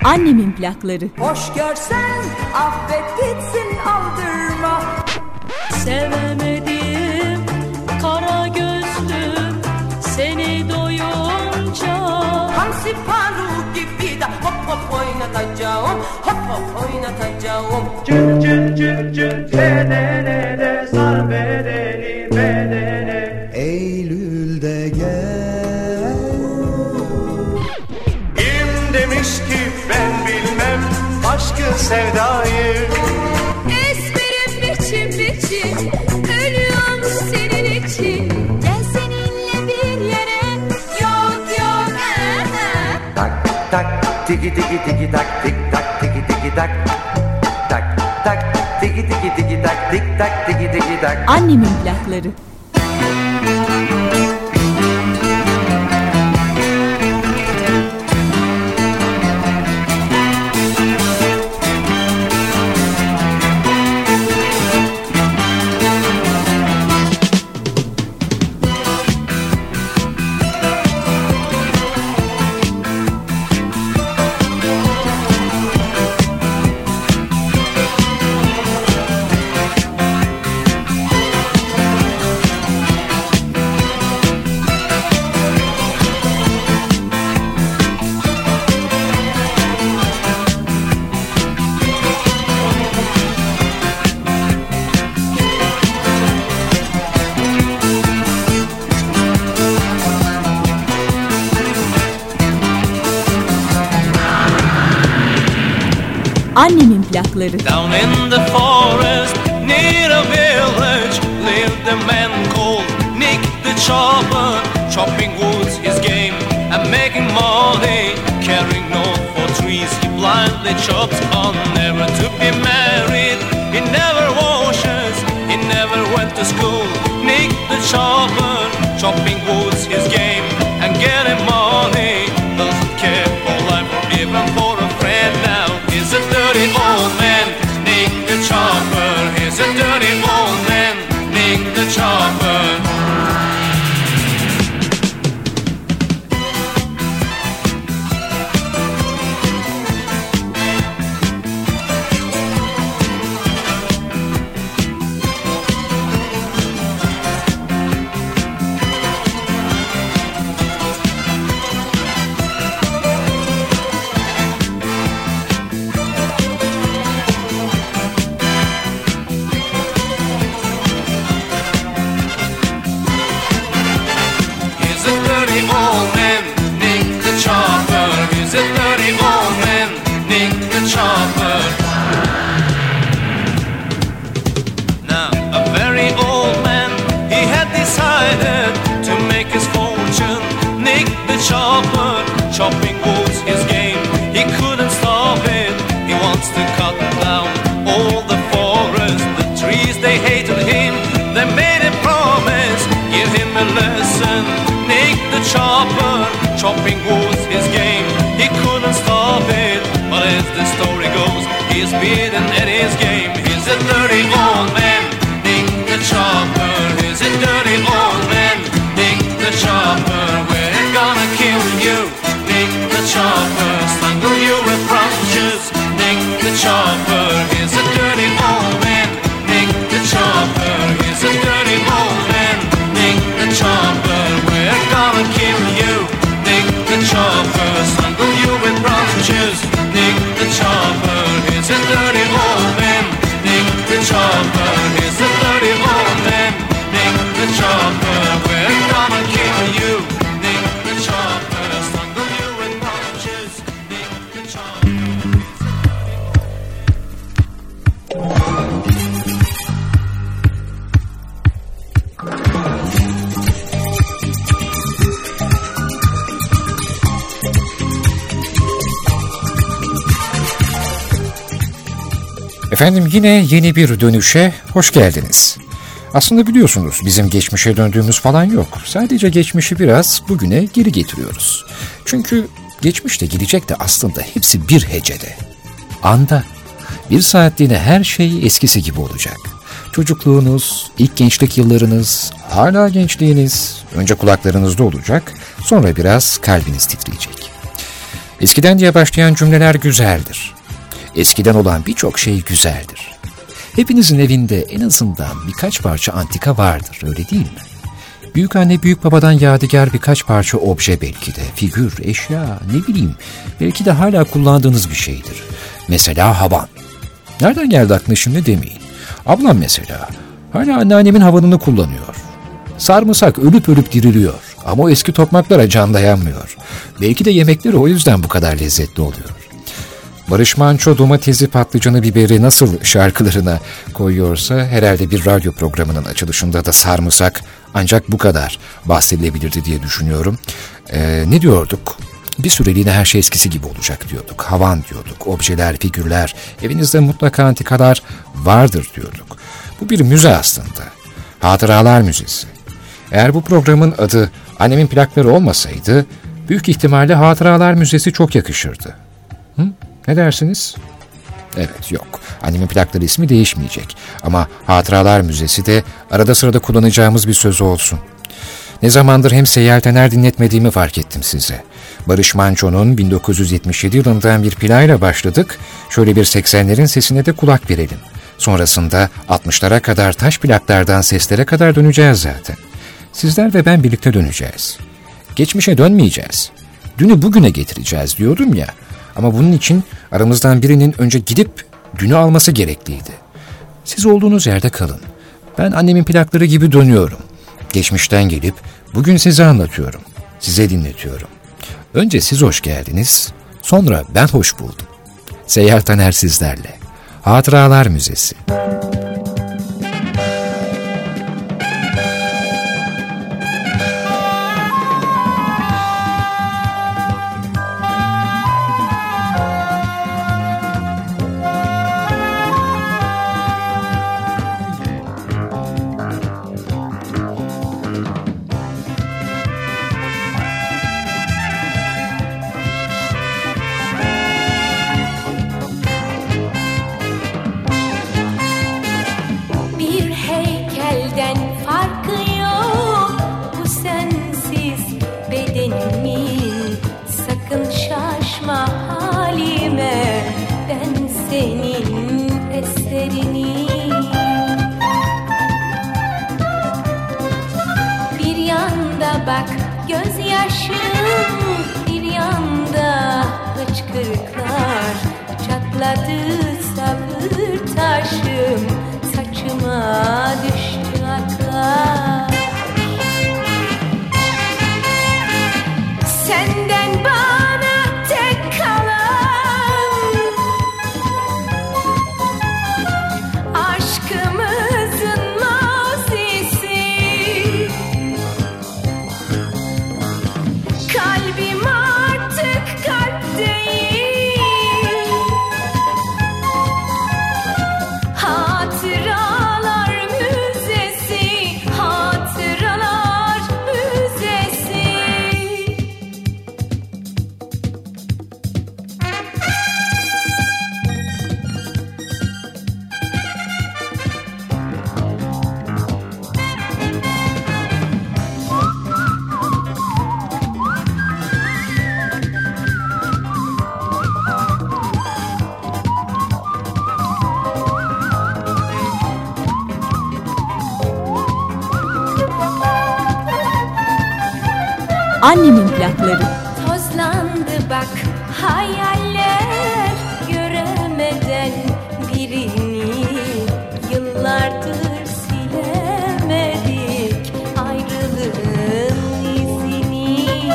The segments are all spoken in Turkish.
Annemin plakları. Hoş görsen affet gitsin aldırma. Sevemedim kara gözlüm seni doyunca. Hamsi paru gibi de hop hop oynatacağım, hop hop oynatacağım. Cın cın cın cın tenene sar bedeni bedene. Eylül'de gel. Kim demiş ki ben bilmem aşkı sevdayı. Esmerim biçim biçim ölüyorum senin için. Gel seninle bir yere yok yok. Tak tak tiki tiki tiki tak tik tak tiki tiki tak. Tak tak tiki tiki tiki tak tik tak tiki tiki tak. Annemin plakları. Annemin plakları. Down in the forest, near a village, lived a man called Nick the Chopper. Chopping woods his game and making money, carrying note for trees he blindly chops on. Never to be married, he never washes, he never went to school. Nick the Chopper, chopping woods his game and getting money, doesn't care for life or even for a friend now. He's a dirty old man, Nick the Chopper. He's a dirty old man, Nick the Chopper. Now, a very old man, he had decided to make his fortune. Nick the Chopper, chopping wood's his game. He couldn't stop it, he wants to cut down all the forest. The trees, they hated him, they made a promise, give him a lesson. Nick the Chopper, chopping wood's his game. He couldn't stop it, but as the story goes, he's beaten at his game. He's a dirty old man, Nick the Chopper. He's a dirty old man, Nick the Chopper. We're gonna kill you, Nick the Chopper. Strangle you with branches, Nick the Chopper. He's a dirty old man, Nick the Chopper. He's a dirty old man, Nick the Chopper. We're gonna kill you, Nick the Chopper. Strangle you with branches, Nick the Chopper. He's a dirty old man, Nick the Chopper. He's a dirty old man, Nick the Chopper. We're gonna kill you, Nick the Chopper. Strangle you with branches, Nick the Chopper. Efendim yine yeni bir dönüşe hoş geldiniz. Aslında biliyorsunuz bizim geçmişe döndüğümüz falan yok. Sadece geçmişi biraz bugüne geri getiriyoruz. Çünkü geçmiş de gelecek de aslında hepsi bir hecede. Anda. Bir saatliğine her şey eskisi gibi olacak. Çocukluğunuz, ilk gençlik yıllarınız, hala gençliğiniz önce kulaklarınızda olacak, sonra biraz kalbiniz titreyecek. Eskiden diye başlayan cümleler güzeldir. Eskiden olan birçok şey güzeldir. Hepinizin evinde en azından birkaç parça antika vardır, öyle değil mi? Büyükanne, büyükbabadan yadigar birkaç parça obje belki de, figür, eşya, ne bileyim, belki de hala kullandığınız bir şeydir. Mesela havan. Nereden geldi aklına şimdi demeyin. Ablam mesela, hala anneannemin havanını kullanıyor. Sarımsak ölüp ölüp diriliyor ama o eski tokmaklara can dayanmıyor. Belki de yemekleri o yüzden bu kadar lezzetli oluyor. Barış Manço domatesi, patlıcanı, biberi nasıl şarkılarına koyuyorsa herhalde bir radyo programının açılışında da sarımsak ancak bu kadar bahsedilebilirdi diye düşünüyorum. Ne diyorduk? Bir süreliğine her şey eskisi gibi olacak diyorduk. Havan diyorduk, objeler, figürler, evinizde mutlaka antikalar vardır diyorduk. Bu bir müze aslında. Hatıralar Müzesi. Eğer bu programın adı Annemin Plakları olmasaydı, büyük ihtimalle Hatıralar Müzesi çok yakışırdı. Ne dersiniz? Evet, yok. Annemin Plakları ismi değişmeyecek. Ama Hatıralar Müzesi de arada sırada kullanacağımız bir söz olsun. Ne zamandır hem Seyyal Taner dinletmediğimi fark ettim size. Barış Manço'nun 1977 yılından bir playla başladık. Şöyle bir 80'lerin sesine de kulak verelim. Sonrasında 60'lara kadar taş plaklardan seslere kadar döneceğiz zaten. Sizler ve ben birlikte döneceğiz. Geçmişe dönmeyeceğiz. Dünü bugüne getireceğiz diyordum ya. Ama bunun için aramızdan birinin önce gidip dünü alması gerekliydi. Siz olduğunuz yerde kalın. Ben annemin plakları gibi dönüyorum. Geçmişten gelip bugün size anlatıyorum. Size dinletiyorum. Önce siz hoş geldiniz, sonra ben hoş buldum. Seyyal Taner sizlerle. Hatıralar Müzesi. Bak gözyaşım, bir yanda hıçkırıklar, çatladı sabır taşım, saçıma düştü aklar. Senden bana tek kalan aşkımızın mazisi. Kalbim artık kalp değil, hatıralar müzesi, hatıralar müzesi. Annemin Plakları. Tozlandı bak hayaller, göremeden birini yıllardır silemedik ayrılığın izini.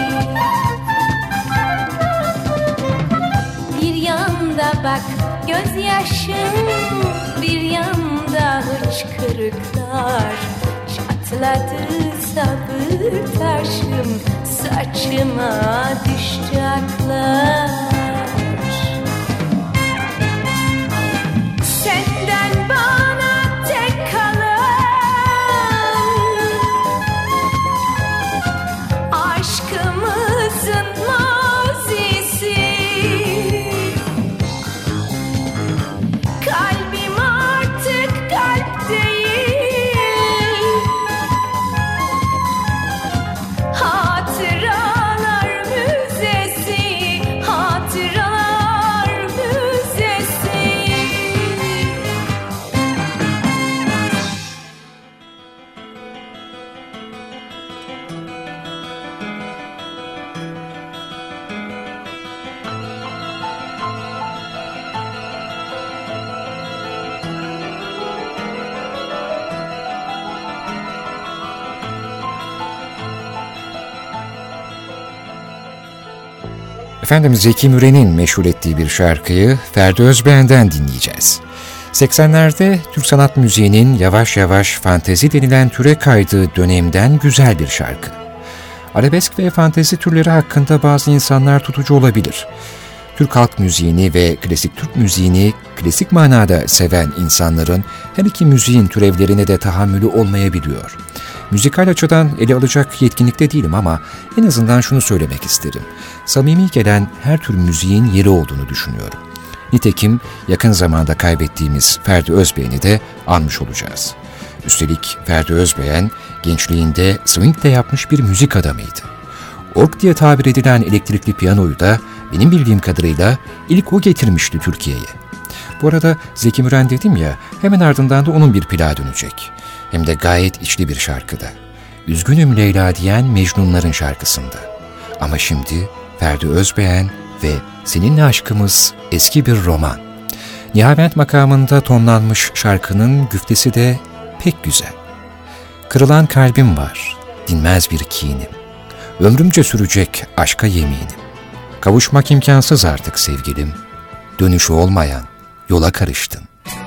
Bir yanda bak gözyaşım, bir yanda hıçkırıklar, çatladı sabır taşım, saçıma düştü aklar. Senden bana tek kalan aşkımızın mazisi. Kalbim artık kalp değil, hatıralar müzesi, Efendim Zeki Müren'in meşhur ettiği bir şarkıyı Ferdi Özbeğen'den dinleyeceğiz. 80'lerde Türk sanat müziğinin yavaş yavaş fantezi denilen türe kaydığı dönemden güzel bir şarkı. Arabesk ve fantezi türleri hakkında bazı insanlar tutucu olabilir. Türk halk müziğini ve klasik Türk müziğini klasik manada seven insanların her iki müziğin türevlerine de tahammülü olmayabiliyor. Müzikal açıdan ele alacak yetkinlikte değilim ama en azından şunu söylemek isterim. Samimi gelen her tür müziğin yeri olduğunu düşünüyorum. Nitekim yakın zamanda kaybettiğimiz Ferdi Özbeğen'i de anmış olacağız. Üstelik Ferdi Özbeğen gençliğinde swing de yapmış bir müzik adamıydı. Org diye tabir edilen elektrikli piyanoyu da benim bildiğim kadarıyla ilk o getirmişti Türkiye'ye. Bu arada Zeki Müren dedim ya, hemen ardından da onun bir plağı dönecek. Hem de gayet içli bir şarkıda. Üzgünüm Leyla diyen Mecnunların şarkısında. Ama şimdi Ferdi Özbeğen ve Seninle Aşkımız eski bir roman. Nihavent makamında tonlanmış şarkının güftesi de pek güzel. Kırılan kalbim var, dinmez bir kinim. Ömrümce sürecek aşka yeminim. Kavuşmak imkansız artık sevgilim. Dönüşü olmayan yola karıştın.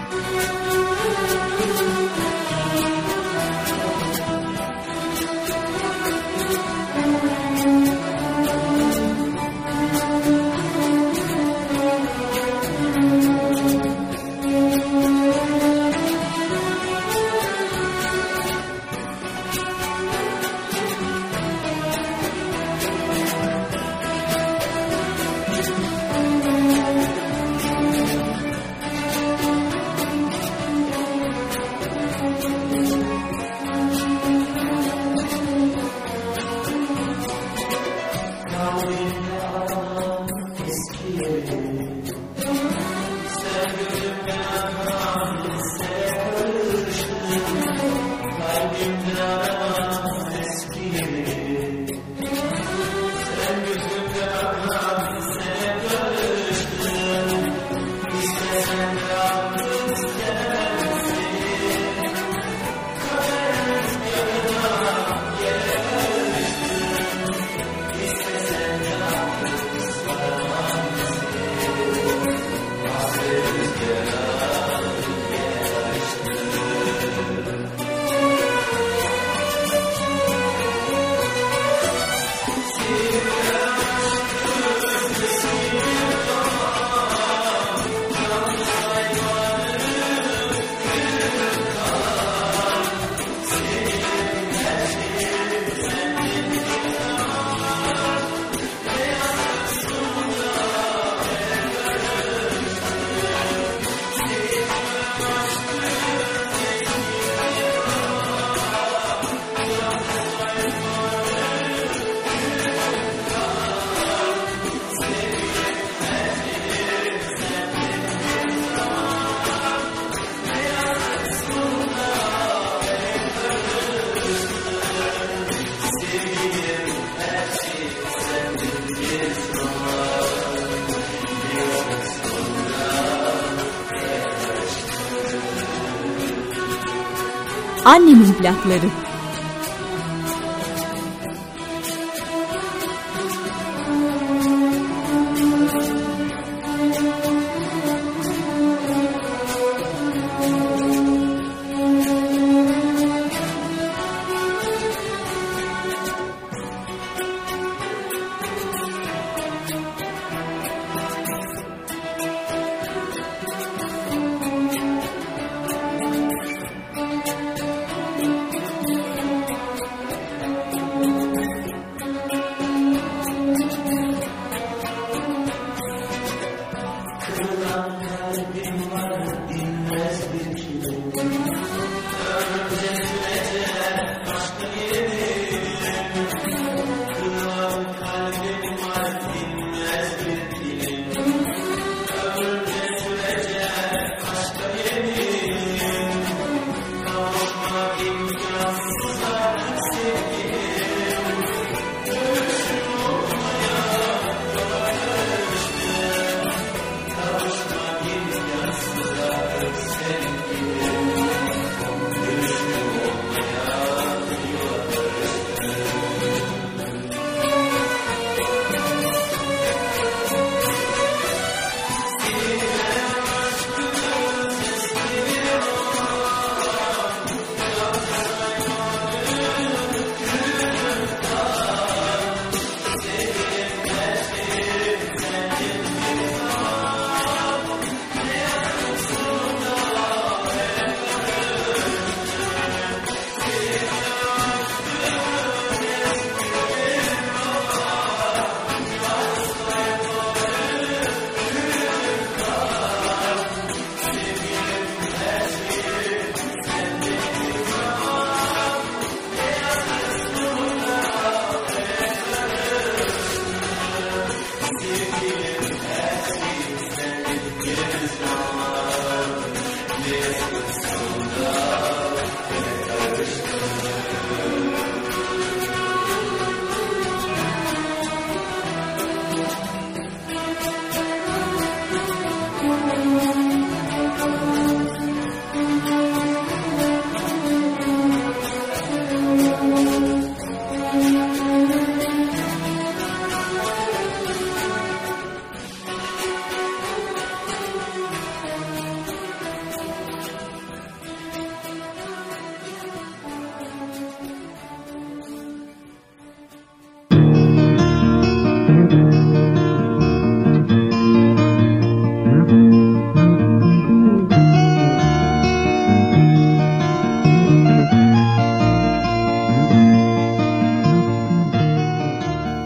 Annemin plakları.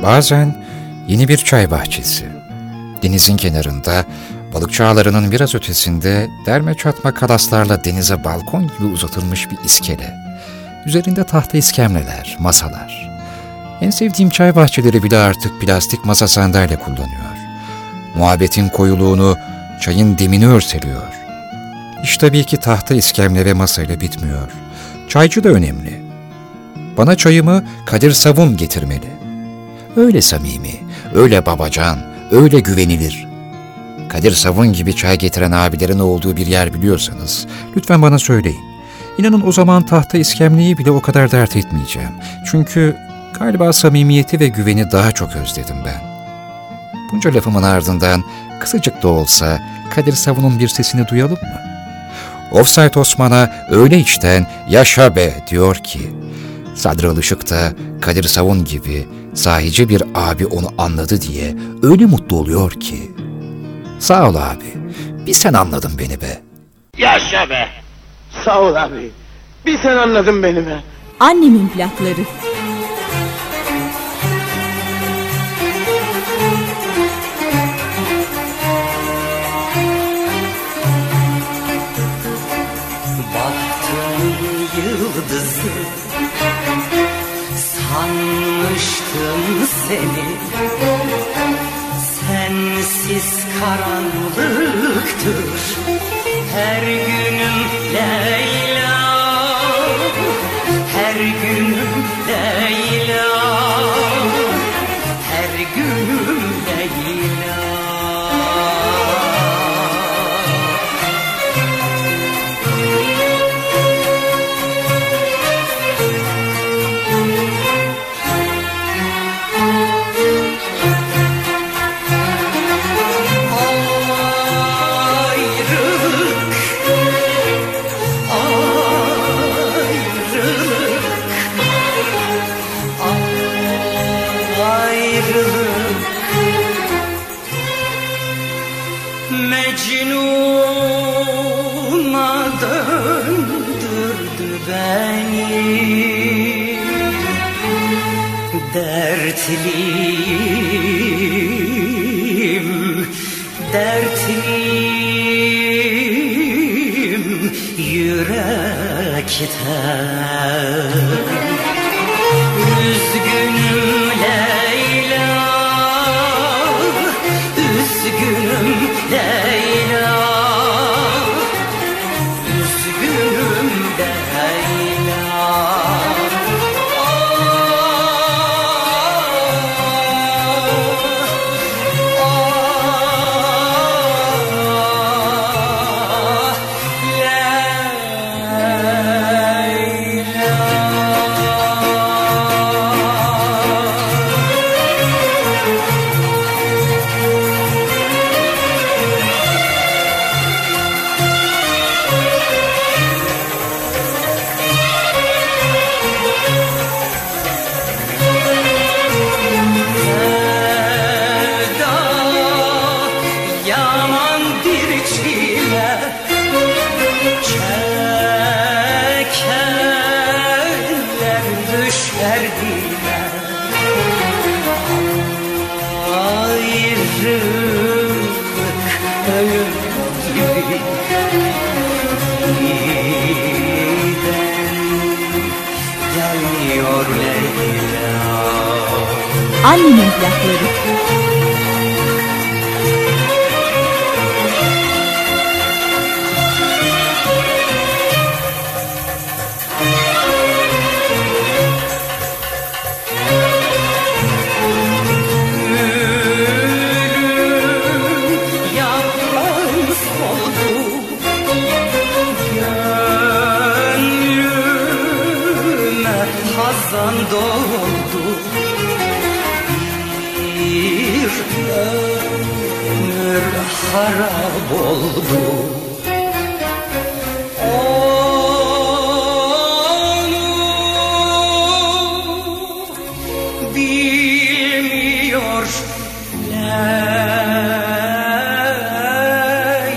bazen yeni bir çay bahçesi. Denizin kenarında, balıkçı ağlarının biraz ötesinde derme çatma kalaslarla denize balkon gibi uzatılmış bir iskele. Üzerinde tahta iskemleler, masalar. En sevdiğim çay bahçeleri bile artık plastik masa sandalye kullanıyor. Muhabbetin koyuluğunu, çayın demini örseliyor. İş tabii ki tahta iskemle ve masayla bitmiyor. Çaycı da önemli. Bana çayımı Kadir Savun getirmeli. Öyle samimi, öyle babacan, öyle güvenilir. Kadir Savun gibi çay getiren abilerin olduğu bir yer biliyorsanız lütfen bana söyleyin. İnanın o zaman tahta iskemleyi bile o kadar dert etmeyeceğim. Çünkü galiba samimiyeti ve güveni daha çok özledim ben. Bunca lafımın ardından kısacık da olsa Kadir Savun'un bir sesini duyalım mı? Offside Osman'a öyle içten yaşa be diyor ki, Sadri Alışık da Kadir Savun gibi sahici bir abi onu anladı diye öyle mutlu oluyor ki. Sağ ol abi, bir sen anladın beni be. Yaşa be! Sağ ol abi, bir sen anladın beni be. Annemin plakları. Baktım yıldızı, sanmıştım seni. Sensiz karanlıktır her günüm Leyla, her günüm Leyla, her günüm Leyla. Mecnun'a döndürdü beni, dertliyim, dertliyim yürekten. Üzgünüm Leyla, üzgünüm Leyla, üzgünüm Leyla. Annemin plakları. Harap oldu. Onu bilmiyor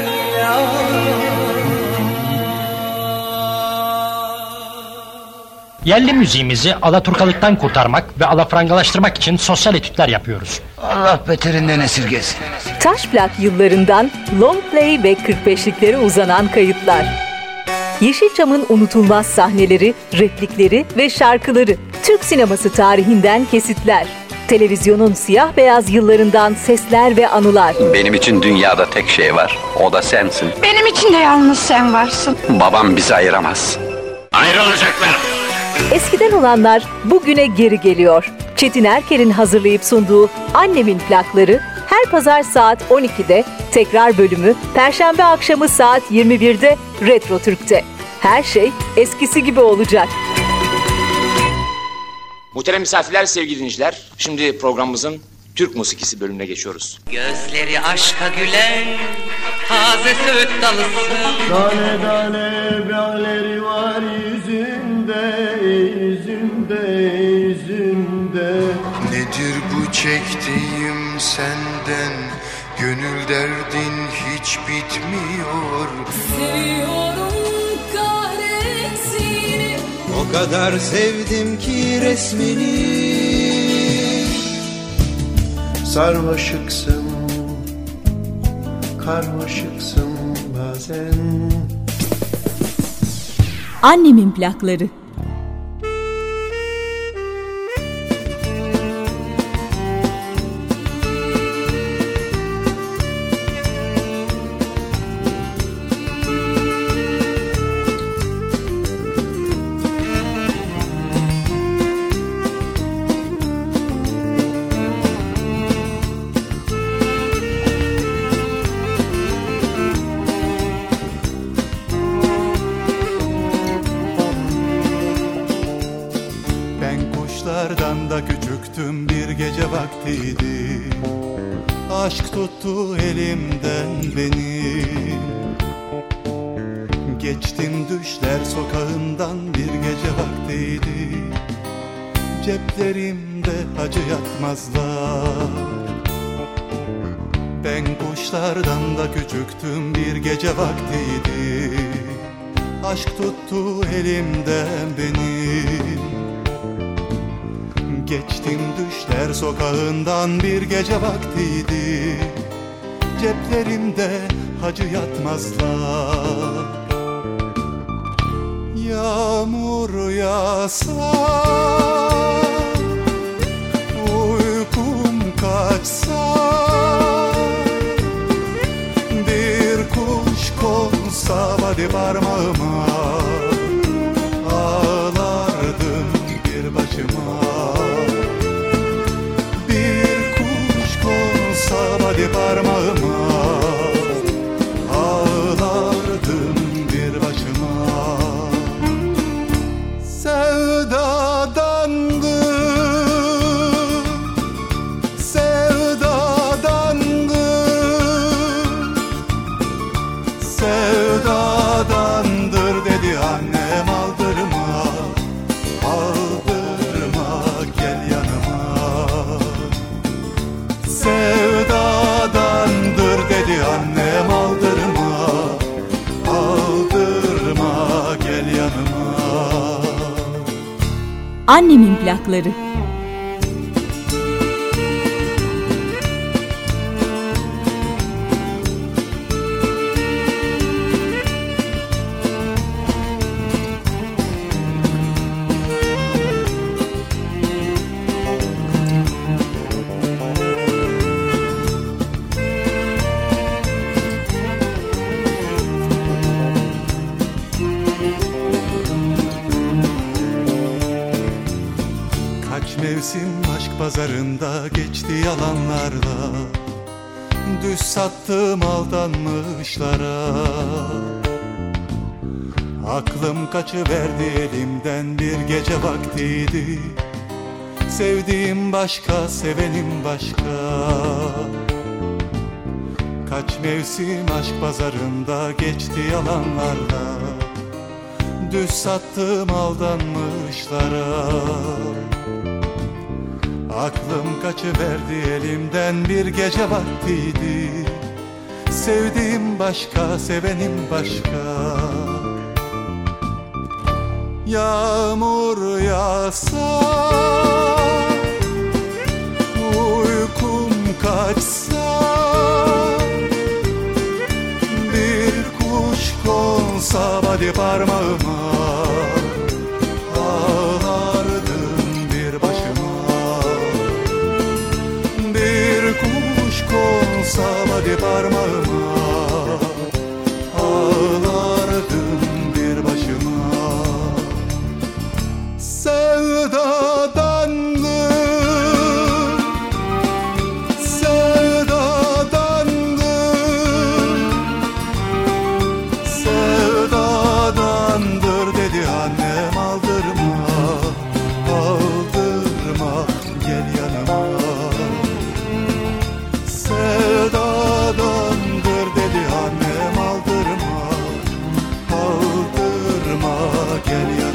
Leyla. Yerli müziğimizi alaturkalıktan kurtarmak ve alafrangalaştırmak için sosyal etütler yapıyoruz. Allah beterinden esirgesin. Taş plak yıllarından long play ve 45'liklere uzanan kayıtlar. Yeşilçam'ın unutulmaz sahneleri, replikleri ve şarkıları. Türk sineması tarihinden kesitler. Televizyonun siyah beyaz yıllarından sesler ve anılar. Benim için dünyada tek şey var, o da sensin. Benim için de yalnız sen varsın. Babam bizi ayıramaz. Ayrılacaklar. Eskiden olanlar bugüne geri geliyor. Çetin Erker'in hazırlayıp sunduğu Annemin Plakları her pazar saat 12'de, tekrar bölümü Perşembe akşamı saat 21'de Retro Türk'te. Her şey eskisi gibi olacak. Muhterem misafirler, sevgili dinleyiciler, şimdi programımızın Türk musikisi bölümüne geçiyoruz. Gözleri aşka gülen taze söğüt dalısın. Tane tane balleri var yüzünde, yüzünde, yüzünde. Nedir bu çektiğim senden? Gönül derdin hiç bitmiyor. Seviyorum kahretsin. O kadar sevdim ki resmini. Sarmaşıksın, karmaşıksın bazen. Annemin Plakları. Da küçüktüm, bir gece vaktiydi. Aşk tuttu elimden beni. Geçtim düşler sokağından, bir gece vaktiydi. Ceplerimde acı yatmazlar. Ben kuşlardan da küçüktüm, bir gece vaktiydi. Aşk tuttu elimden beni. Geçtim düşler sokağından, bir gece vaktiydi. Ceplerimde hacı yatmazlar. Yağmur yağsa, uykum kaçsa, bir kuş konsa hadi parmağıma, ağlardım bir başıma. Hadi parmağıma, ağlardım bir başıma. Sevdadandı, sevdadandı, sevdadandır dedi annem, aldırma, aldırma, gel yanıma. Sevdadandır dedi annem, aldırma, aldırma, gel yanıma. Annemin Plakları. Mevsim aşk pazarında geçti yalanlarla. Düz sattım aldanmışlara. Aklım kaçıverdi elimden, bir gece vaktiydi. Sevdiğim başka, sevenim başka. Kaç mevsim aşk pazarında geçti yalanlarla. Düz sattım aldanmışlara. Aklım kaçıverdi elimden, bir gece vaktiydi. Sevdiğim başka, sevenim başka. Yağmur yağsa, uykum kaçsa, bir kuş konsa body parmağıma, ağlardım bir başıma. Bir kuş konsa body parmağıma, ağlardım bir başıma. Sevdadandır, sevdadandır, sevdadandır dedi annem. Aldırma, aldırma, gel yanıma. Sevdadandır dedi annem. Aldırma, aldırma, gel yanıma.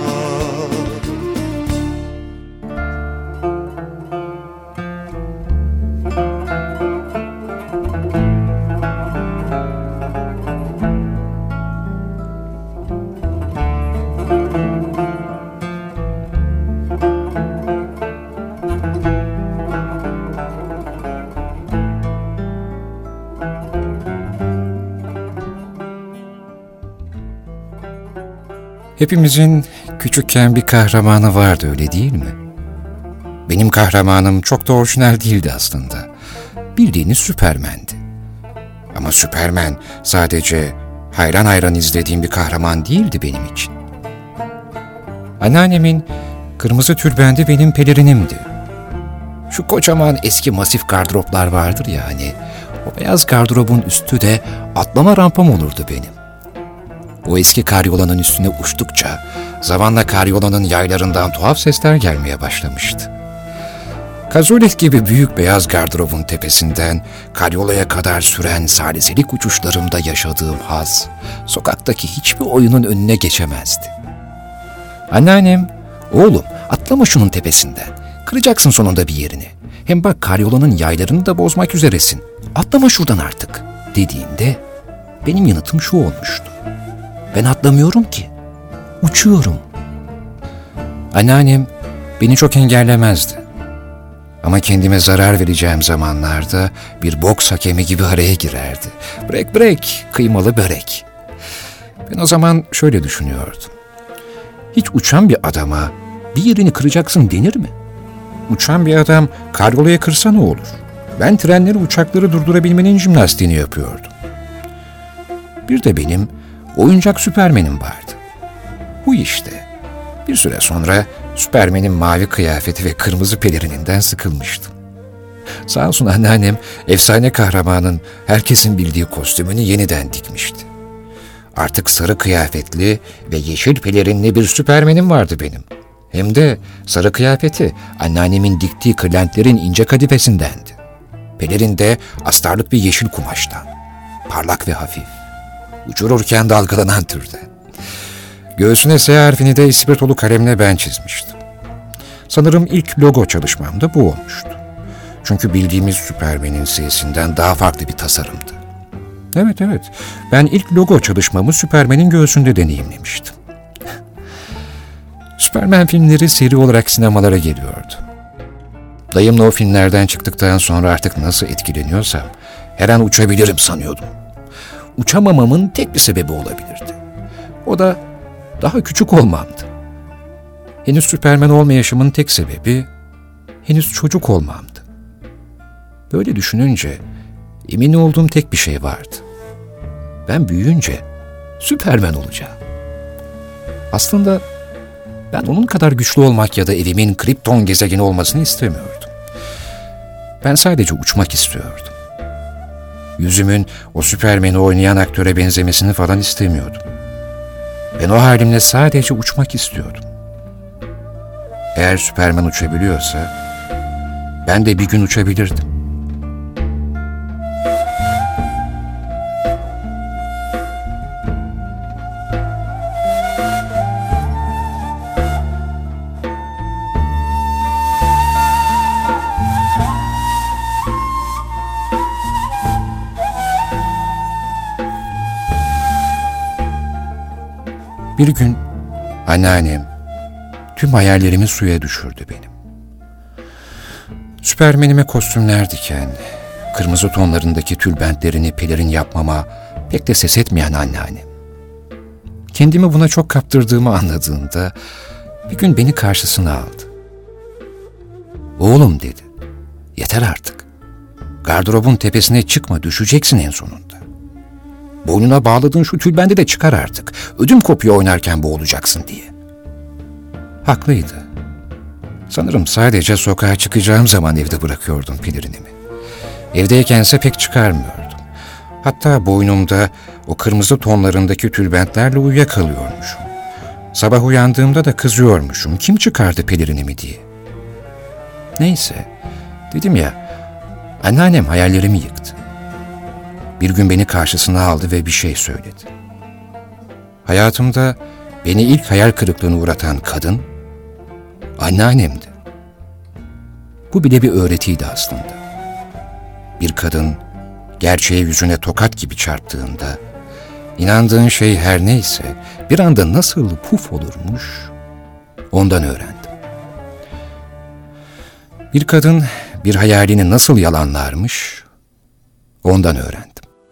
Hepimizin küçükken bir kahramanı vardı, öyle değil mi? Benim kahramanım çok da orijinal değildi aslında. Bildiğiniz Süpermen'di. Ama Süpermen sadece hayran hayran izlediğim bir kahraman değildi benim için. Anneannemin kırmızı tülbendi benim pelerinimdi. Şu kocaman eski masif gardıroplar vardır ya hani, o beyaz gardırobun üstü de atlama rampam olurdu benim. O eski karyolanın üstüne uçtukça zamanla karyolanın yaylarından tuhaf sesler gelmeye başlamıştı. Kazulet gibi büyük beyaz gardırobun tepesinden karyolaya kadar süren saliselik uçuşlarımda yaşadığım haz, sokaktaki hiçbir oyunun önüne geçemezdi. Anneannem, "Oğlum atlama şunun tepesinden, kıracaksın sonunda bir yerini. Hem bak karyolanın yaylarını da bozmak üzeresin, atlama şuradan artık," dediğinde benim yanıtım şu olmuştu: "Ben atlamıyorum ki, uçuyorum." Anneannem beni çok engellemezdi. Ama kendime zarar vereceğim zamanlarda bir boks hakemi gibi araya girerdi. "Brek brek, kıymalı börek." Ben o zaman şöyle düşünüyordum: hiç uçan bir adama bir yerini kıracaksın denir mi? Uçan bir adam karyolaya kırsa ne olur? Ben trenleri, uçakları durdurabilmenin jimnastiğini yapıyordum. Bir de benim oyuncak Süpermen'im vardı. Bu işte. Bir süre sonra Süpermen'in mavi kıyafeti ve kırmızı pelerininden sıkılmıştım. Sağ olsun anneannem efsane kahramanın herkesin bildiği kostümünü yeniden dikmişti. Artık sarı kıyafetli ve yeşil pelerinli bir Süpermen'im vardı benim. Hem de sarı kıyafeti anneannemin diktiği kırlentlerin ince kadifelerindendi. Pelerin de astarlık bir yeşil kumaştan. Parlak ve hafif. Uçururken dalgalanan türden. Göğsüne S harfini de ispirtolu kalemle ben çizmiştim. Sanırım ilk logo çalışmam da bu olmuştu. Çünkü bildiğimiz Süpermen'in S'sinden daha farklı bir tasarımdı. Evet, ben ilk logo çalışmamı Süpermen'in göğsünde deneyimlemiştim. Süpermen filmleri seri olarak sinemalara geliyordu. Dayımla o filmlerden çıktıktan sonra artık nasıl etkileniyorsam her an uçabilirim sanıyordum. Uçamamamın tek bir sebebi olabilirdi. O da daha küçük olmamdı. Henüz Süpermen olmayışımın tek sebebi henüz çocuk olmamdı. Böyle düşününce emin olduğum tek bir şey vardı: ben büyüyünce Süpermen olacağım. Aslında ben onun kadar güçlü olmak ya da evimin Krypton gezegeni olmasını istemiyordum. Ben sadece uçmak istiyordum. Yüzümün o Süpermen'i oynayan aktöre benzemesini falan istemiyordum. Ben o halimle sadece uçmak istiyordum. Eğer Süpermen uçabiliyorsa ben de bir gün uçabilirdim. Bir gün Anneannem tüm hayallerimi suya düşürdü benim. Süpermenime kostümler diken, kırmızı tonlarındaki tülbentlerini pelerin yapmama pek de ses etmeyen anneannem. Kendimi buna çok kaptırdığımı anladığında bir gün beni karşısına aldı. "Oğlum," dedi, "yeter artık. Gardırobun tepesine çıkma, düşeceksin en sonunda. Boynuna bağladığın şu tülbenti de çıkar artık. Ödüm kopuyor oynarken boğulacaksın diye." Haklıydı. Sanırım sadece sokağa çıkacağım zaman evde bırakıyordum pelerinimi. Evdeykense pek çıkarmıyordum. Hatta boynumda o kırmızı tonlarındaki tülbentlerle uyuyakalıyormuşum. Sabah uyandığımda da kızıyormuşum, kim çıkardı pelerinimi diye. Neyse, dedim ya, anneannem hayallerimi yıktı. Bir gün beni karşısına aldı ve bir şey söyledi. Hayatımda beni ilk hayal kırıklığına uğratan kadın anneannemdi. Bu bile bir öğretiydi aslında. Bir kadın gerçeği yüzüne tokat gibi çarptığında, inandığın şey her neyse bir anda nasıl puf olurmuş, ondan öğrendim. Bir kadın bir hayalini nasıl yalanlarmış, ondan öğrendim.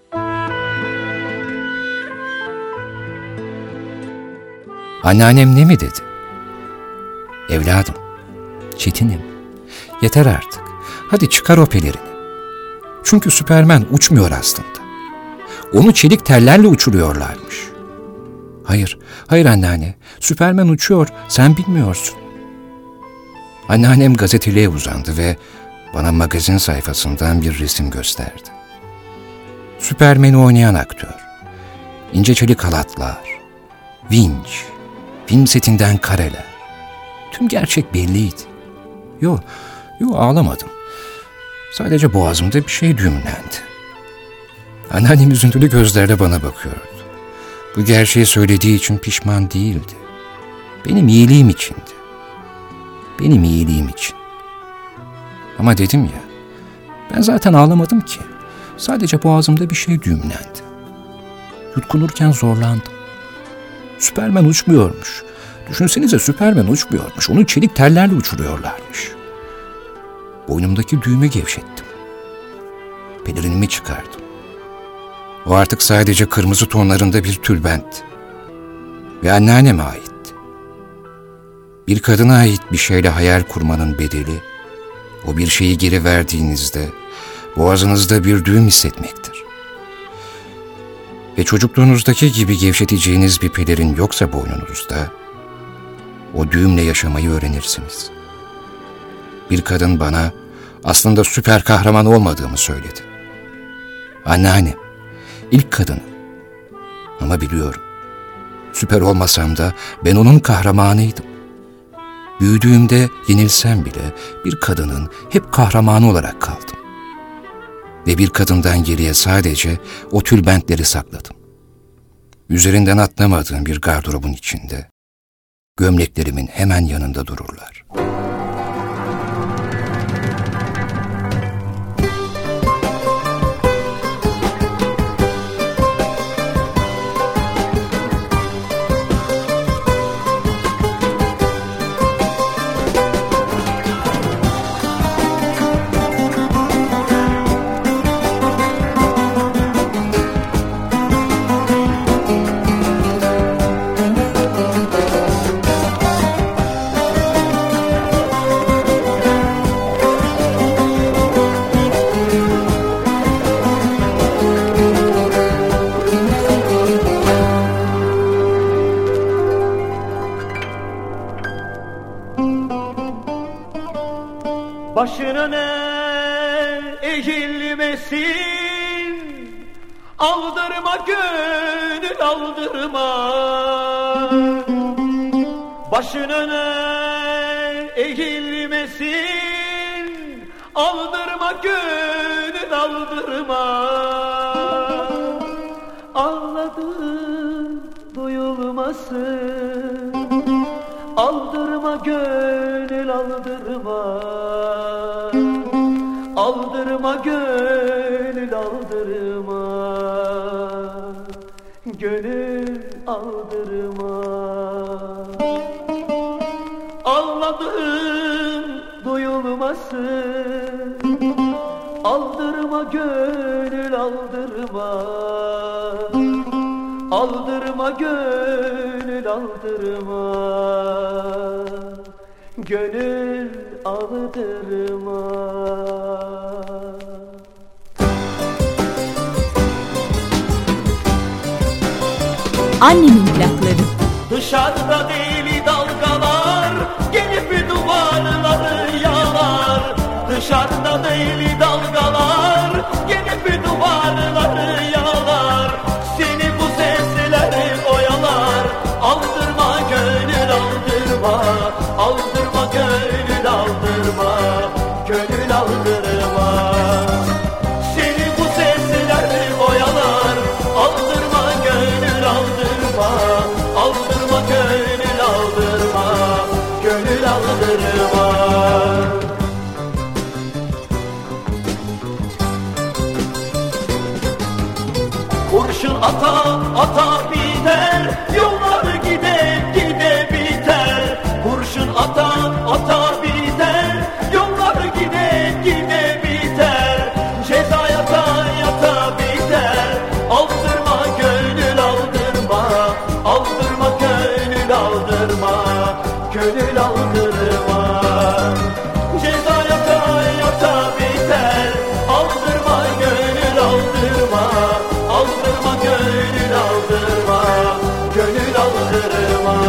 Anneannem ne mi dedi? "Evladım, çetinim, yeter artık. Hadi çıkar o pelerini. Çünkü Süpermen uçmuyor aslında. Onu çelik tellerle uçuruyorlarmış." "Hayır, hayır anneanne. Süpermen uçuyor, sen bilmiyorsun." Anneannem gazeteliğe uzandı ve bana magazin sayfasından bir resim gösterdi. Süpermen'i oynayan aktör, ince çelik halatlar, vinç, film setinden kareler. Tüm gerçek belliydi. Yo ağlamadım. Sadece boğazımda bir şey düğümlendi. Anneannem üzüntülü gözlerle bana bakıyordu. Bu gerçeği söylediği için pişman değildi. Benim iyiliğim içindi. Benim iyiliğim için. Ama dedim ya, ben zaten ağlamadım ki. Sadece boğazımda bir şey düğümlendi. Yutkunurken zorlandım. Süpermen uçmuyormuş. Düşünsenize, Süpermen uçmuyormuş. Onu çelik tellerle uçuruyorlarmış. Boynumdaki düğümü gevşettim. Pelerinimi çıkardım. O artık sadece kırmızı tonlarında bir tülbent. Ve anneanneme aitti. Bir kadına ait bir şeyle hayal kurmanın bedeli, o bir şeyi geri verdiğinizde boğazınızda bir düğüm hissetmektir. Ve çocukluğunuzdaki gibi gevşeteceğiniz bir pelerin yoksa boynunuzda, o düğümle yaşamayı öğrenirsiniz. Bir kadın bana aslında süper kahraman olmadığımı söyledi. Anneannem, ilk kadınım. Ama biliyorum, süper olmasam da ben onun kahramanıydım. Büyüdüğümde yenilsem bile bir kadının hep kahramanı olarak kaldım. Ve bir kadından geriye sadece o tülbentleri sakladım. Üzerinden atlamadığım bir gardırobun içinde, gömleklerimin hemen yanında dururlar. Başına eğilmesin, aldırma gönül aldırma. Başına eğilmesin, aldırma gönül aldırma. Ağladım duyulmasın, aldırma gönül aldırma. Aldırma gönül aldırma. Gönül aldırma. adın duyulmasın. Aldırma gönül aldırma, aldırma gönül aldırma, gönül aldırma. Annemin plakları. Dışarıda deli dalgalar gelip duvarları yalar. Dışarıda deli dalgalar gelip duvarları yalar. Seni bu sesler oyalar. Aldırma gönül aldırma, aldırma gönül aldırma, gönül aldırma. Seni bu sesler oyalar. Aldırma gönül aldırma, aldırma gönül aldırma, gönül aldırma. Kurşun ata ata biter, yollar gide gide biter. Kurşun ata ata biter, yollar gide gide biter. Ceza yata yata biter. Aldırma gönül aldırma, aldırma gönül aldırma, gönül aldırma. Ceza yata yata biter. Aldırma gönül aldırma, aldırma gönül aldırma, gönül aldırma.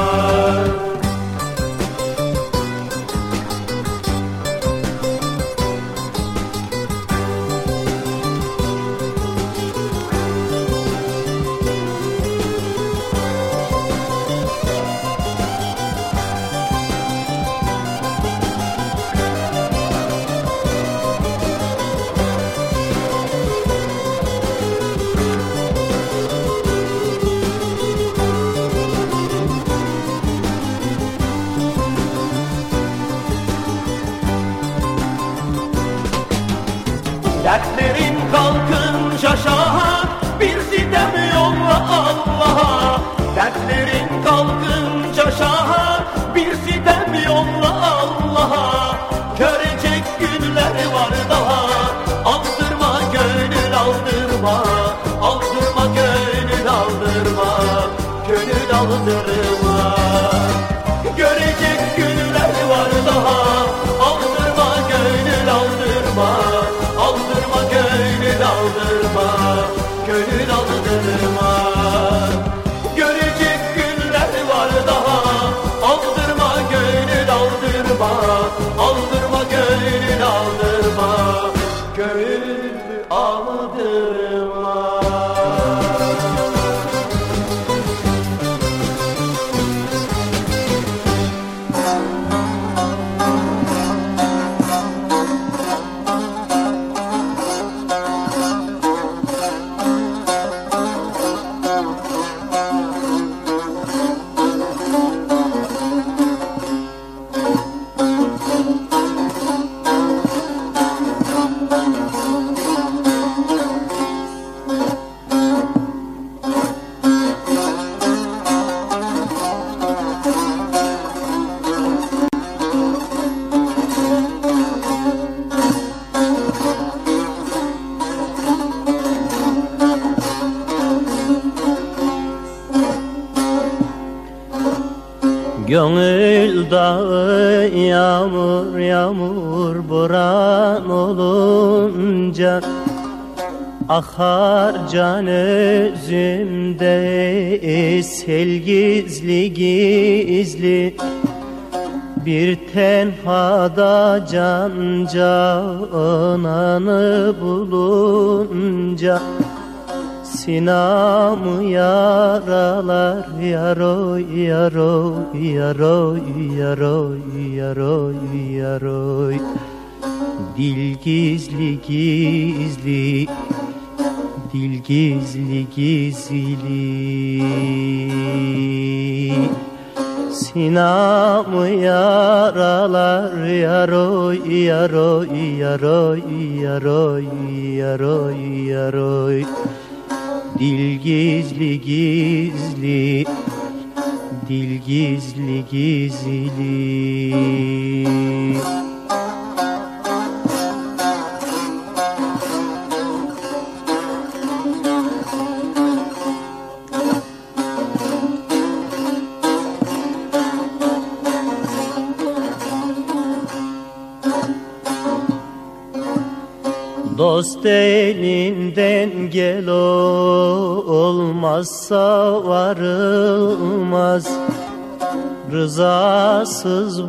Dertlerin kalkınca şaha, bir sitem yolla Allah'a. Dertlerin kalkınca şaha, bir sitem yolla Allah'a. Görecek günler var daha. Aldırma gönül aldırma, aldırma gönül aldırma, gönül aldırma. Görecek günler var daha. Aldırma gönül aldırma, aldırma gönül aldırma, gönül aldırma. Görecek günler var daha. Aldırma gönül aldırma, aldırma gönül aldırma, gönül aldırma. Gönül dağı yağmur yağmur boran olunca akar can özümde sel gizli gizli. Bir tenhada can cananı bulunca sinamı yaralar yaroy yaroy yaroy yaroy yaroy yaroy. Dil gizli gizli, dil gizli gizli. Sinamı yaralar yaroy yaroy yaroy yaroy yaroy yaroy. Dil gizli gizli, dil gizli gizli. Dost elinden gel olmazsa varılmaz, rızasız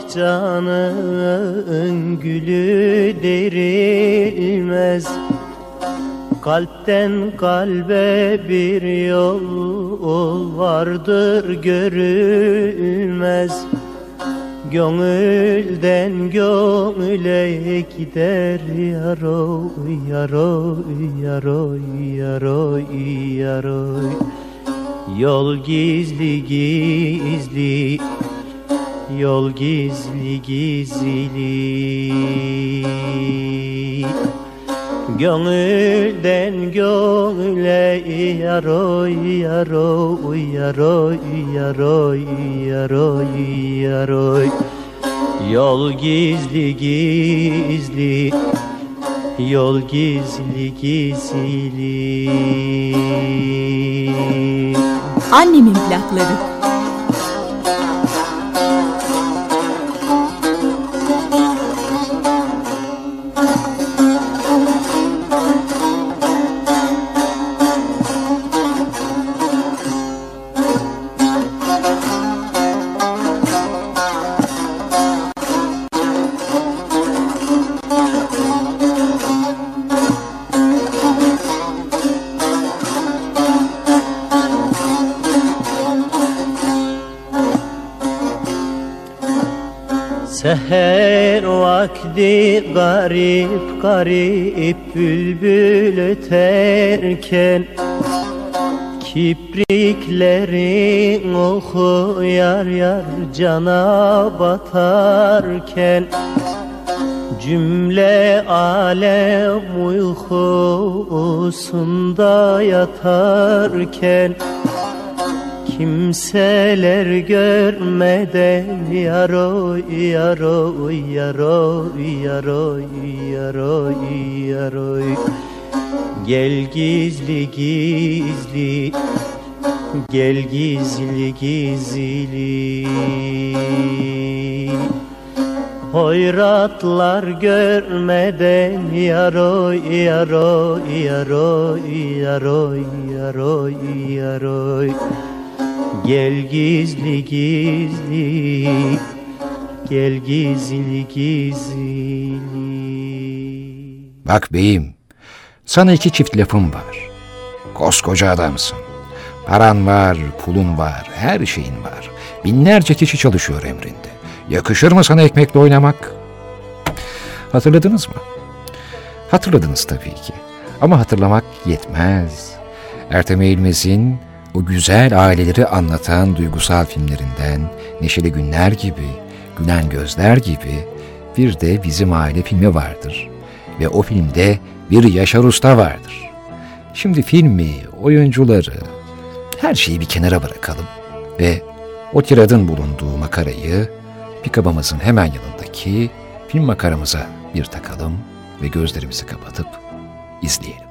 bahçanın gülü derilmez. Kalpten kalbe bir yol vardır görülmez, gönülden gönüle gider yaroy yaroy yaroy yaroy yaroy. Yol gizli gizli, yol gizli gizli. Gönülden gönüle yaroy yaroy yaroy yaroy yaroy yaroy. Yol gizli gizli, yol gizli gizli. Annemin plakları. Seher vakti garip garip bülbül öterken, kipriklerin oku yar yar cana batarken, cümle alem uykusunda yatarken, kimseler görmeden yaroy yaroy yaroy yaroy yaroy yaroy. Gel gizli gizli, gel gizli gizli. Hoyratlar görmeden yaroy yaroy yaroy yaroy yaroy yaroy. Gel gizli gizli, gel gizli gizli. Bak beyim, sana 2 çift lafım var. Koskoca adamsın. Paran var, pulun var, her şeyin var. Binlerce kişi çalışıyor emrinde. Yakışır mı sana ekmekle oynamak? Hatırladınız mı? Hatırladınız tabii ki. Ama hatırlamak yetmez. Ertem Eğilmez'in o güzel aileleri anlatan duygusal filmlerinden Neşeli Günler gibi, Gülen Gözler gibi bir de Bizim Aile filmi vardır. Ve o filmde bir Yaşar Usta vardır. Şimdi filmi, oyuncuları, her şeyi bir kenara bırakalım ve o tiradın bulunduğu makarayı pikabımızın hemen yanındaki film makaramıza bir takalım ve gözlerimizi kapatıp izleyelim.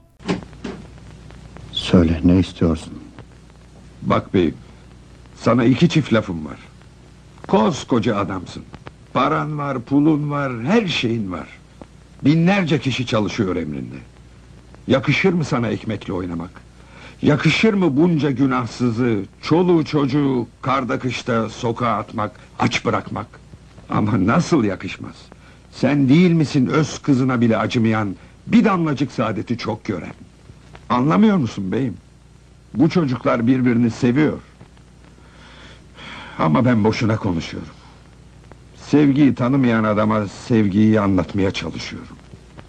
Söyle, ne istiyorsun? Bak beyim, sana 2 çift lafım var. Koskoca adamsın. Paran var, pulun var, her şeyin var. Binlerce kişi çalışıyor emrinde. Yakışır mı sana ekmekle oynamak? Yakışır mı bunca günahsızı, çoluğu çocuğu karda kışta sokağa atmak, aç bırakmak? Ama nasıl yakışmaz? Sen değil misin öz kızına bile acımayan, bir damlacık saadeti çok gören? Anlamıyor musun beyim? Bu çocuklar birbirini seviyor. Ama ben boşuna konuşuyorum. Sevgiyi tanımayan adama sevgiyi anlatmaya çalışıyorum.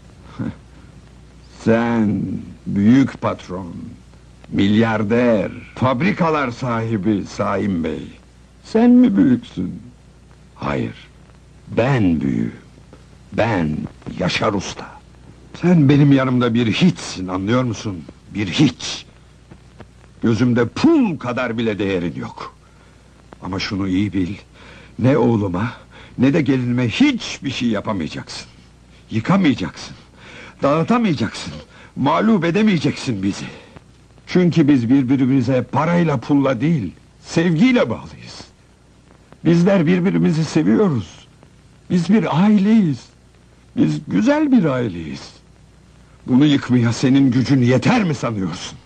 Sen büyük patron, milyarder, fabrikalar sahibi Saim Bey. Sen mi büyüksün? Hayır, ben büyüğüm. Ben Yaşar Usta. Sen benim yanımda bir hiçsin, anlıyor musun? Bir hiç. Gözümde pul kadar bile değerin yok. Ama şunu iyi bil, ne oğluma ne de gelinime hiçbir şey yapamayacaksın. Yıkamayacaksın, dağıtamayacaksın, mağlup edemeyeceksin bizi. Çünkü biz birbirimize parayla pulla değil, sevgiyle bağlıyız. Bizler birbirimizi seviyoruz. Biz bir aileyiz. Biz güzel bir aileyiz. Bunu yıkmaya senin gücün yeter mi sanıyorsun?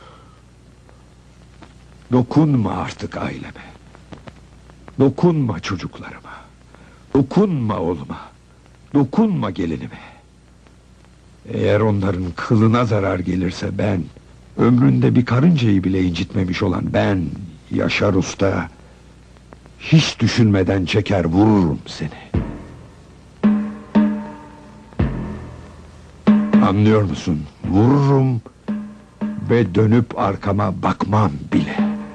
Dokunma artık aileme. Dokunma çocuklarıma. Dokunma oğluma. Dokunma gelinime. Eğer onların kılına zarar gelirse ben, ömründe bir karıncayı bile incitmemiş olan ben, Yaşar Usta, hiç düşünmeden çeker vururum seni. Anlıyor musun? Vururum ve dönüp arkama bakmam bile.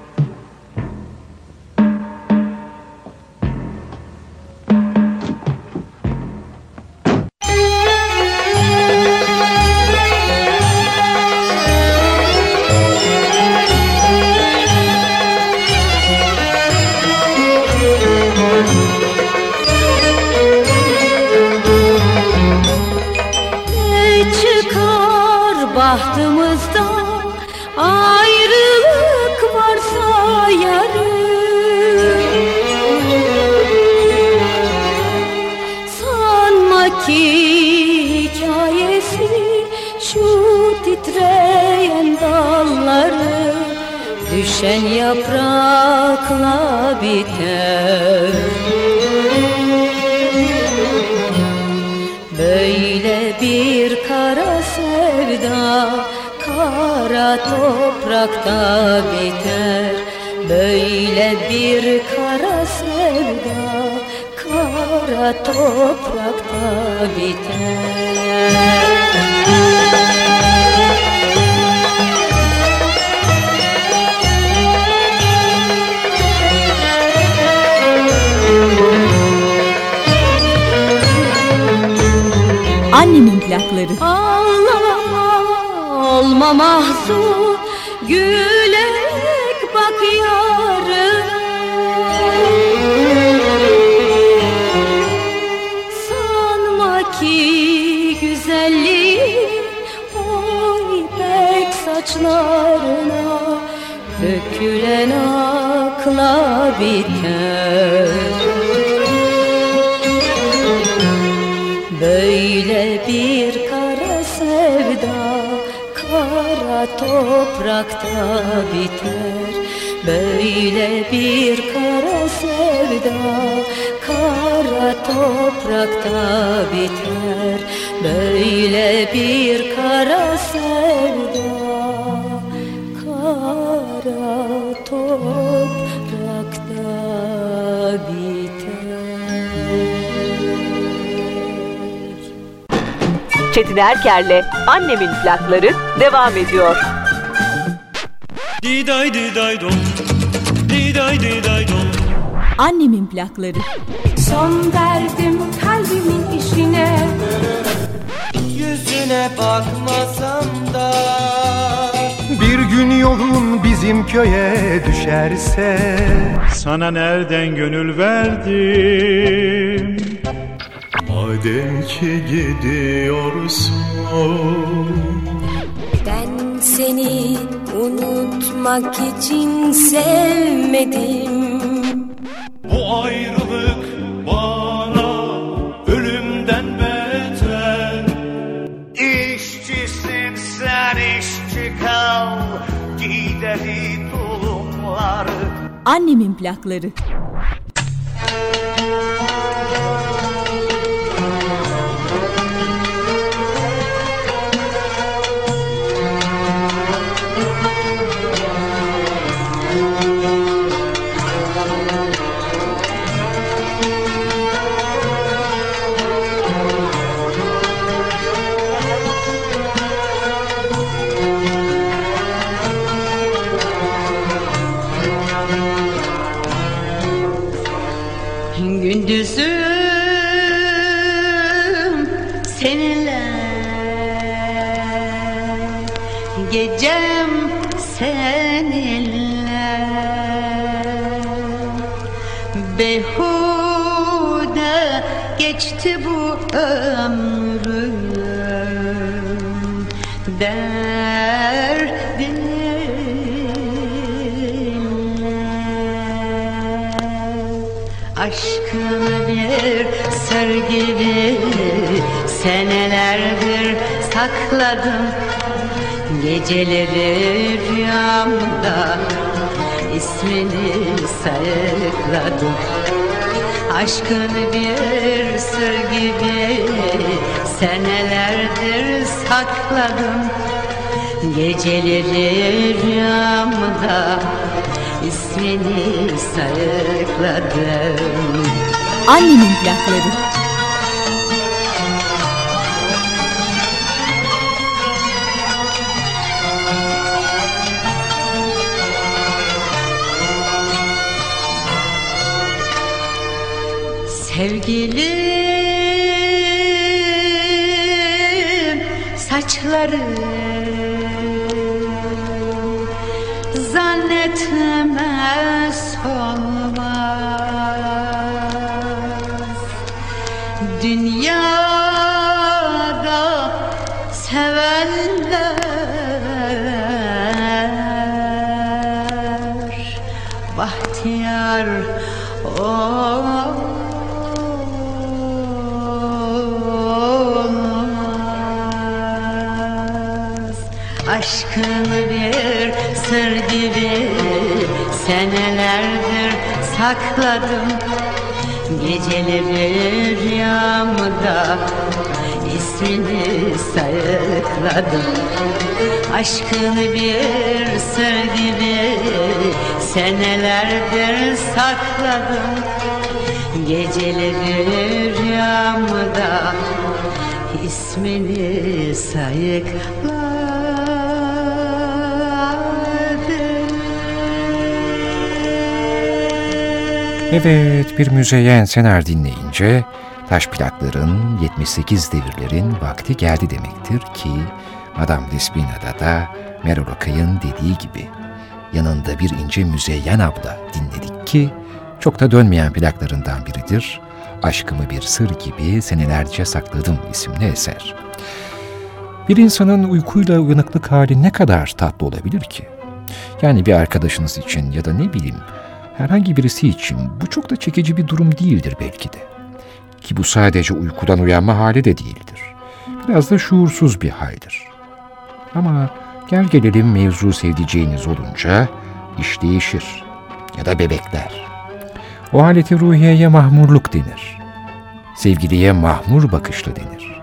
Bahtımızda ayrılık varsa yarın, sanma ki hikayesi şu titreyen dalları, düşen yaprakla biter. Böyle bir kara sevda kara toprakta biter. Böyle bir kara sevda kara toprakta biter. Annemin plakları. Ağlama, olma mahzun, gülerek bak yarına. Sanma ki güzelliği o ipek saçlarına, dökülen akla biter. Böyle bir kara sevda kara toprakta biter. Böyle bir kara sevda kara toprakta biter. Böyle bir kara sevda kara toprakta biter. Çetin Erker'le Annemin plakları devam ediyor. Diday diday dom, diday diday dom. Annemin plakları. Son verdim kalbimin işine, yüzüne bakmasam da. Bir gün yolun bizim köye düşerse, sana nereden gönül verdim? Madem ki gidiyorsun, ben seni unutmak için sevmedim. Bu ayrılık bana ölümden beter. İşçisin sen, işçi kal, gideri tulumları. Annemin plakları. Gündüzüm seninle, gecem seninle. Beyhude geçti bu ömrüm, derdimle. Aşkını bir sır gibi senelerdir sakladım. Geceleri rüyamda ismini sayıkladım. Aşkını bir sır gibi senelerdir sakladım. Geceleri rüyamda ismini sayıkladım. Annemin plakları. Sevgilim saçları zannetme solmaz. Dünyada sevenler bahtiyar olmaz. Aşkını bir sır gibi senelerdir sakladım. Geceleri rüyamda ismini sayıkladım. Aşkını bir sır gibi senelerdir sakladım. Geceleri rüyamda ismini sayıkladım. Evet, bir Müzeyyen Senar dinleyince taş plakların, 78 devirlerin vakti geldi demektir ki Madame Despina'da da Meral Akay'ın dediği gibi yanında bir ince Müzeyyen abla dinledik ki çok da dönmeyen plaklarından biridir. Aşkımı bir sır gibi senelerce sakladım isimli eser. Bir insanın uykuyla uyanıklık hali ne kadar tatlı olabilir ki? Yani bir arkadaşınız için ya da ne bileyim herhangi birisi için bu çok da çekici bir durum değildir belki de. Ki bu sadece uykudan uyanma hali de değildir. Biraz da şuursuz bir haldir. Ama gel gelelim mevzu sevdiceğiniz olunca iş değişir. Ya da bebekler. O haleti ruhiyeye mahmurluk denir. Sevgiliye mahmur bakışlı denir.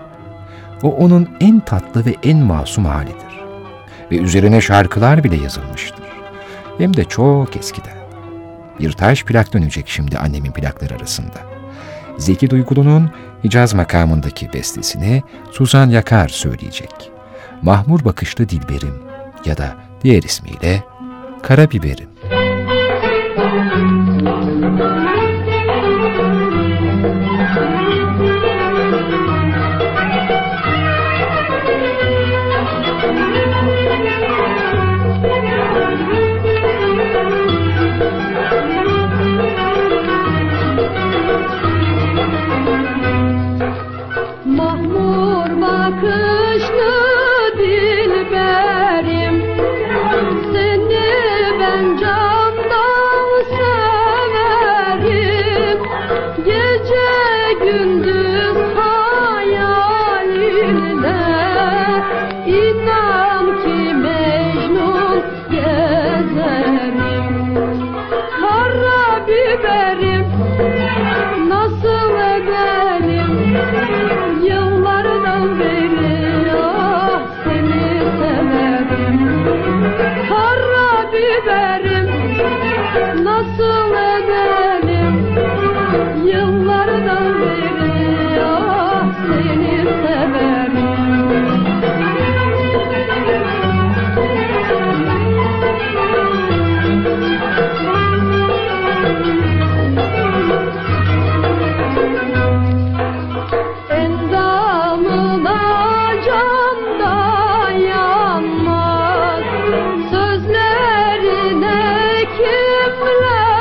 O onun en tatlı ve en masum halidir. Ve üzerine şarkılar bile yazılmıştır. Hem de çok eskiden. Bir taş plak dönecek şimdi annemin plakları arasında. Zeki Duygulu'nun Hicaz makamındaki bestesini Suzan Yakar söyleyecek. Mahmur bakışlı Dilberim ya da diğer ismiyle Karabiberim. Kimler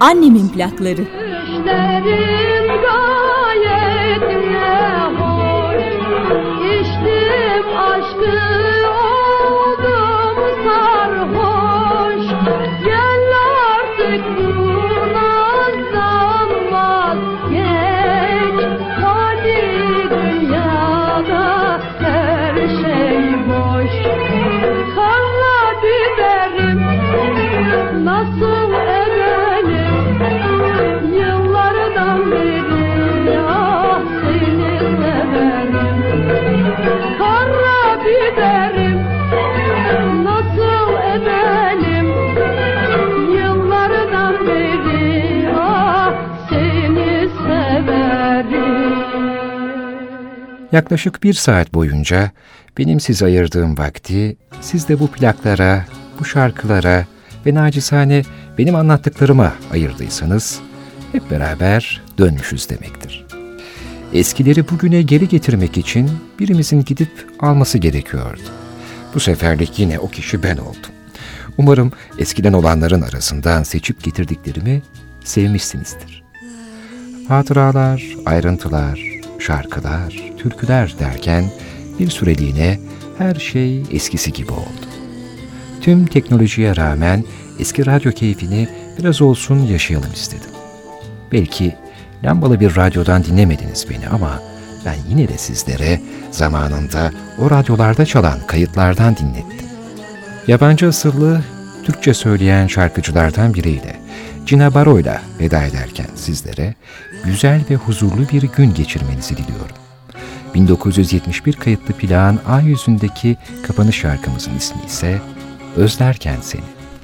Annemin plakları. Düşlerim gayet ne hoş, içtim aşkı oldum sarhoş. Gel artık bu nazdan vazgeç, hadi dünyada her şey boş. Karla biberim nasıl edelim, yıllardan beri ah seni severim. Karla biberim nasıl edelim, yıllardan beri ah seni severim. Yaklaşık 1 saat boyunca benim size ayırdığım vakti siz de bu plaklara, bu şarkılara ve nacizane benim anlattıklarıma ayırdıysanız hep beraber dönmüşüz demektir. Eskileri bugüne geri getirmek için birimizin gidip alması gerekiyordu. Bu seferlik yine o kişi ben oldum. Umarım eskiden olanların arasından seçip getirdiklerimi sevmişsinizdir. Hatıralar, ayrıntılar, şarkılar, türküler derken bir süreliğine her şey eskisi gibi oldu. Tüm teknolojiye rağmen eski radyo keyfini biraz olsun yaşayalım istedim. Belki lambalı bir radyodan dinlemediniz beni ama ben yine de sizlere zamanında o radyolarda çalan kayıtlardan dinlettim. Yabancı asıllı Türkçe söyleyen şarkıcılardan biriyle Cina Baro'yla veda ederken sizlere güzel ve huzurlu bir gün geçirmenizi diliyorum. 1971 kayıtlı plağın A yüzündeki kapanış şarkımızın ismi ise Özlerken Seni.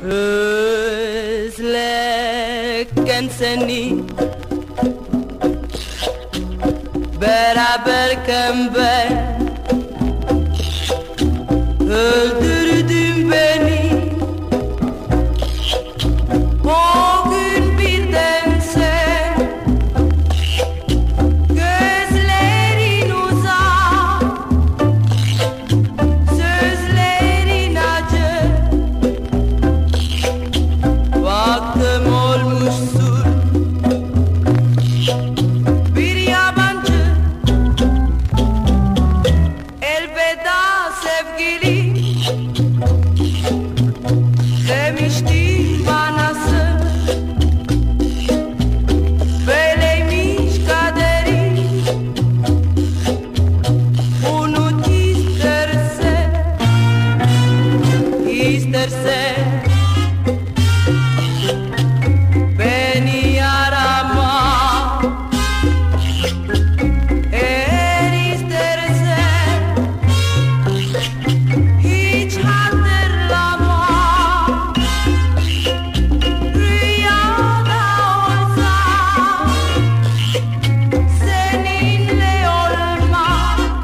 Özlerken seni, beraberken ben, öldürdün beni. O gün birden sen, gözlerin uzak, sözlerin acı. Baktım olmuşsun bir yabancı. Elveda sevgili, demiştin banasın. Böyleymiş kaderin, unut istersen, istersen. Beni arama, eğer istersen, hiç hatırlama. Rüyada olsam, seninle olmam.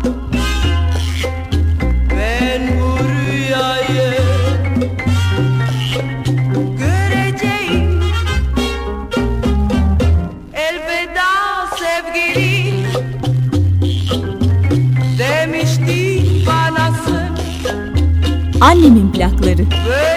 Ben bu rüyayı göreceğim. Elveda sevgili, demiştin banasın. Annemin plakları. Böyle